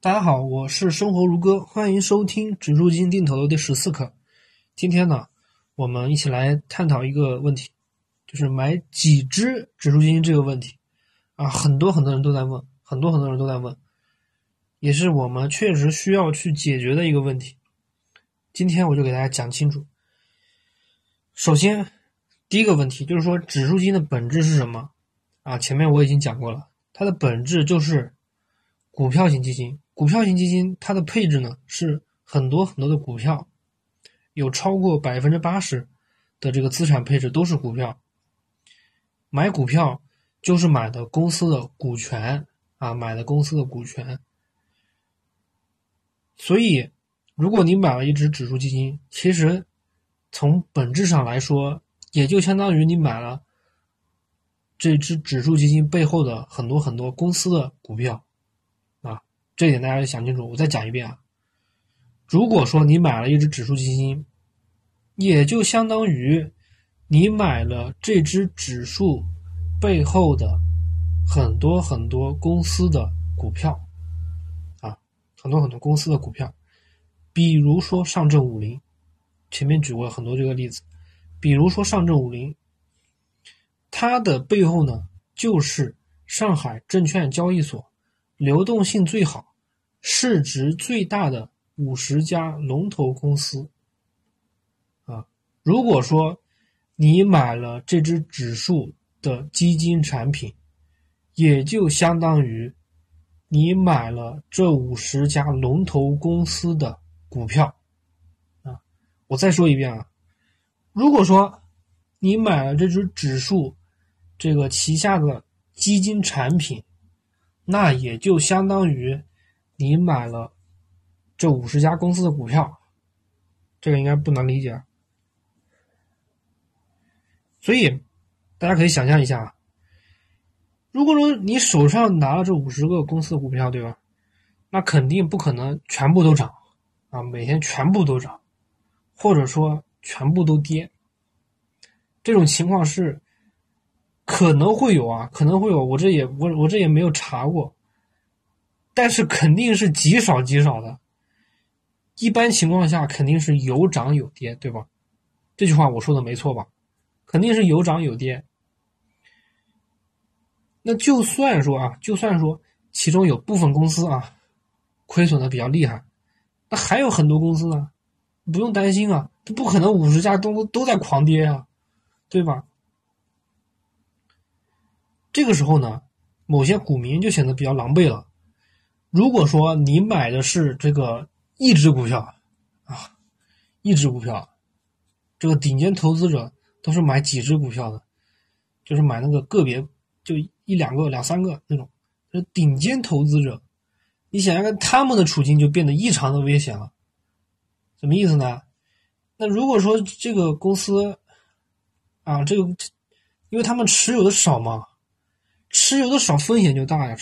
大家好，我是生活如歌，欢迎收听指数基金定投的第14课。今天呢，我们一起来探讨一个问题，就是买几只指数基金这个问题啊，很多人都在问，也是我们确实需要去解决的一个问题。今天我就给大家讲清楚。首先，第一个问题就是说，指数基金的本质是什么啊？前面我已经讲过了，它的本质就是股票型基金。股票型基金它的配置呢是很多的股票，有超过 80% 的这个资产配置都是股票。买股票就是买的公司的股权啊，所以如果你买了一只指数基金，其实从本质上来说，也就相当于你买了这只指数基金背后的很多公司的股票啊，这一点大家要想清楚。我再讲一遍啊，如果说你买了一只指数基金，也就相当于你买了这只指数背后的很多公司的股票啊，很多公司的股票。比如说上证50，前面举过很多这个例子，比如说上证50，它的背后呢就是上海证券交易所流动性最好、市值最大的50家龙头公司啊。如果说你买了这只指数的基金产品，也就相当于你买了这50家龙头公司的股票啊。我再说一遍啊，如果说你买了这只指数这个旗下的基金产品，那也就相当于你买了这50家公司的股票，这个应该不难理解。所以大家可以想象一下，如果说你手上拿了这50个公司的股票，对吧？那肯定不可能全部都涨啊，每天全部都涨，或者说全部都跌。这种情况是可能会有，我这也没有查过，但是肯定是极少的。一般情况下肯定是有涨有跌，对吧？这句话我说的没错吧？肯定是有涨有跌。那就算说其中有部分公司啊亏损的比较厉害，那还有很多公司呢，不用担心啊，不可能50家都在狂跌啊，对吧？这个时候呢，某些股民就显得比较狼狈了。如果说你买的是这个一只股票啊，这个顶尖投资者都是买几只股票的，就是买那个个别就一两个两三个那种，就是顶尖投资者，你想想看，他们的处境就变得异常的危险了。什么意思呢？那如果说这个公司啊，因为他们持有的少嘛，持有的少风险就大呀，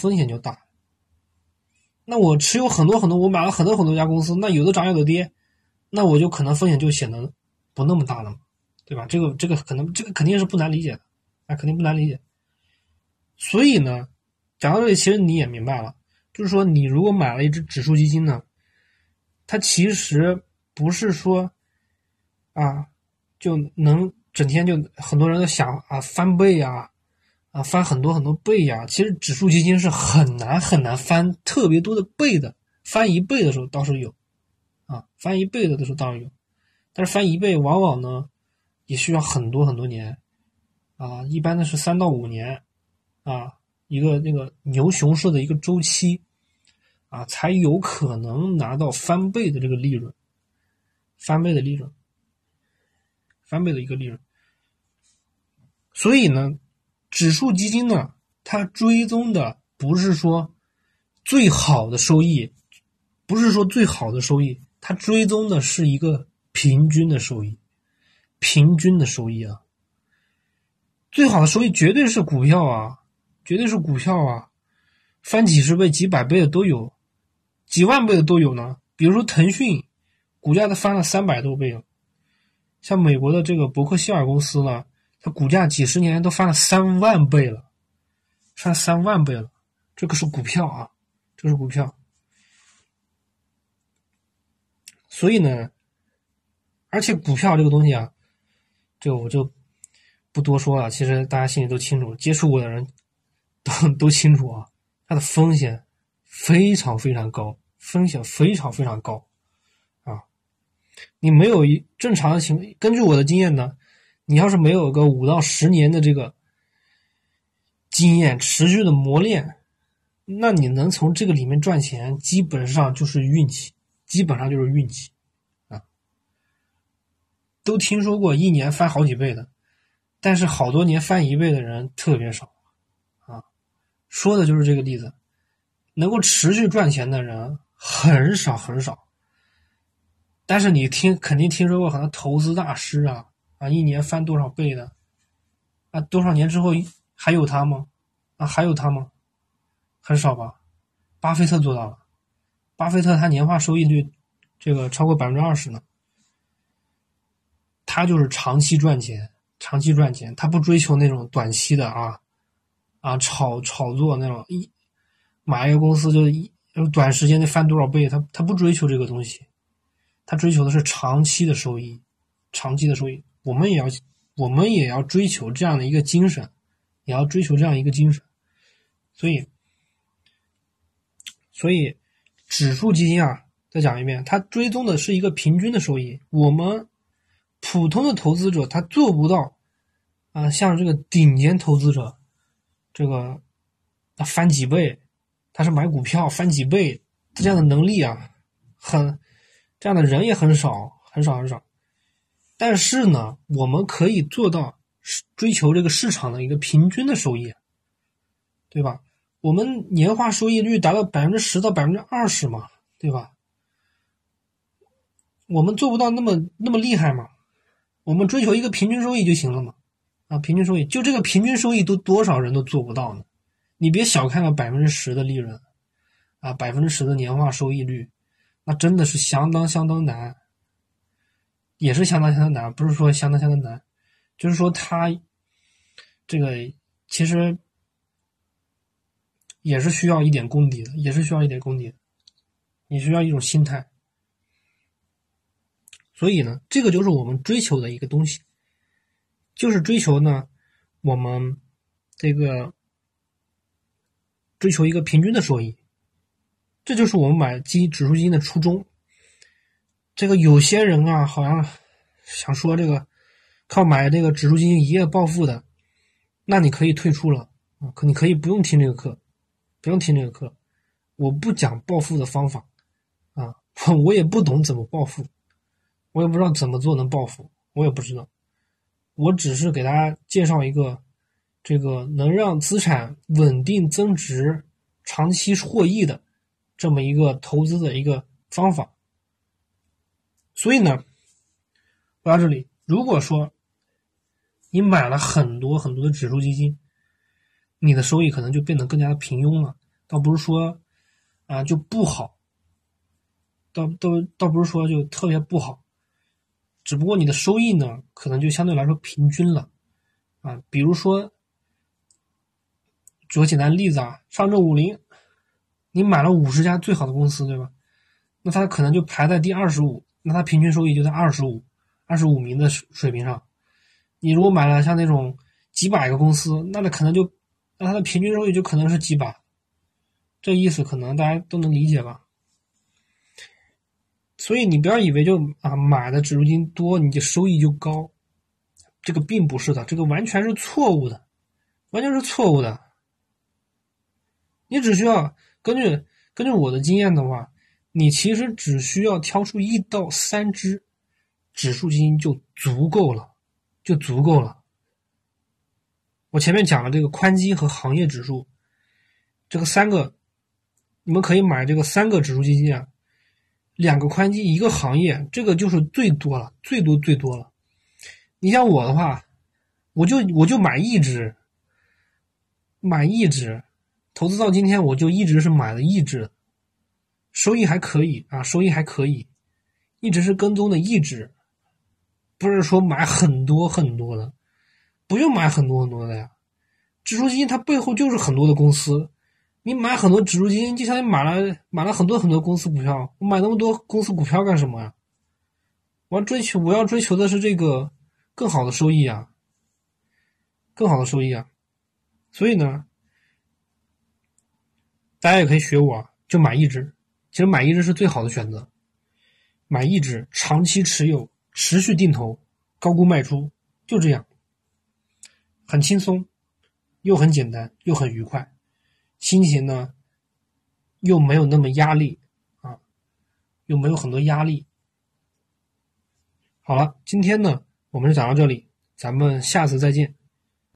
那我持有很多，我买了很多家公司，那有的涨有的跌，那我就可能风险就显得不那么大了嘛，对吧？这个肯定是不难理解的啊，肯定不难理解。所以呢，讲到这里，其实你也明白了，就是说你如果买了一只指数基金呢，它其实不是说啊就能整天就很多人都想啊翻倍啊翻很多倍呀，其实指数基金是很难翻特别多的倍的，翻1倍的时候倒是有啊，但是翻1倍往往呢也需要很多年啊，一般的是3到5年啊，一个那个牛熊市的一个周期啊，才有可能拿到翻倍的这个利润，翻倍的一个利润。所以呢，指数基金呢，它追踪的不是说最好的收益，它追踪的是一个平均的收益啊。最好的收益绝对是股票啊，翻几十倍几百倍的都有，几万倍的都有呢。比如说腾讯股价它翻了300多倍了，像美国的这个伯克希尔公司呢，它股价几十年都翻了3万倍了，这个是股票啊， 所以呢，而且股票这个东西啊，这个我就不多说了，其实大家心里都清楚，接触过的人都清楚啊，它的风险非常非常高，风险非常非常高啊！你没有正常的根据我的经验呢，你要是没有个5到10年的这个经验，持续的磨练，那你能从这个里面赚钱，基本上就是运气，基本上就是运气啊！都听说过1年翻好几倍的，但是好多年翻1倍的人特别少啊！说的就是这个例子，能够持续赚钱的人很少很少。但是你肯定听说过很多投资大师啊，1年翻多少倍的啊，多少年之后还有他吗？还有他吗？很少吧。巴菲特做到了，巴菲特他年化收益率这个超过20%呢。他就是长期赚钱，长期赚钱，他不追求那种短期的炒作那种买一个公司就短时间内翻多少倍，他不追求这个东西，他追求的是长期的收益，长期的收益。我们也要追求这样的一个精神，也要追求这样一个精神。所以指数基金啊，再讲一遍，它追踪的是一个平均的收益。我们普通的投资者他做不到像这个顶尖投资者这个翻几倍，他是买股票翻几倍这样的能力啊，这样的人也很少很少很少。但是呢，我们可以做到追求这个市场的一个平均的收益，对吧？我们年化收益率达到10%到20%嘛，对吧？我们做不到那么厉害嘛，我们追求一个平均收益就行了嘛。平均收益，就这个平均收益都多少人都做不到呢？你别小看了10%的利润，10%的年化收益率，那真的是相当相当难，也是相当相当难，不是说相当相当难，就是说它这个其实也是需要一点功底的，也是需要一点功底的，你需要一种心态。所以呢，这个就是我们追求的一个东西，就是追求呢，我们这个追求一个平均的收益，这就是我们买指数基金的初衷。这个有些人啊，好像想说这个靠买这个指数基金一夜暴富的，那你可以退出了你可以不用听这个课，不用听这个课。我不讲暴富的方法我也不懂怎么暴富，我也不知道怎么做能暴富，我也不知道。我只是给大家介绍一个这个能让资产稳定增值、长期获益的这么一个投资的一个方法。所以呢，说到这里，如果说你买了很多很多的指数基金，你的收益可能就变得更加的平庸了，倒不是说就不好，倒不是说就特别不好，只不过你的收益呢可能就相对来说平均了比如说举个简单的例子上证50，你买了50家最好的公司，对吧？那它可能就排在第25，那它平均收益就在25名的水平上。你如果买了像那种几百个公司，那它的平均收益就可能是几百，这意思可能大家都能理解吧？所以你不要以为就买的指数基金多你的收益就高，这个并不是的，这个完全是错误的，完全是错误的。你只需要根据我的经验的话，你其实只需要挑出1到3只指数基金就足够了，就足够了。我前面讲了这个宽基和行业指数，这个3个，你们可以买这个3个指数基金2个宽基1个行业，这个就是最多了，最多了。你像我的话，我就买一只，投资到今天我就一直是买了一只，收益还可以收益还可以，一直是跟踪的一只，不是说买很多很多的，不用买很多很多的呀。指数基金它背后就是很多的公司，你买很多指数基金就相当于买了很多很多公司股票，我买那么多公司股票干什么呀？ 我要追求的是这个更好的收益啊，更好的收益啊。所以呢，大家也可以学我啊，就买一只，其实买一只是最好的选择，买一只长期持有，持续定投，高估卖出，就这样，很轻松，又很简单，又很愉快，心情呢又没有那么压力啊，又没有很多压力。好了，今天呢我们就讲到这里，咱们下次再见。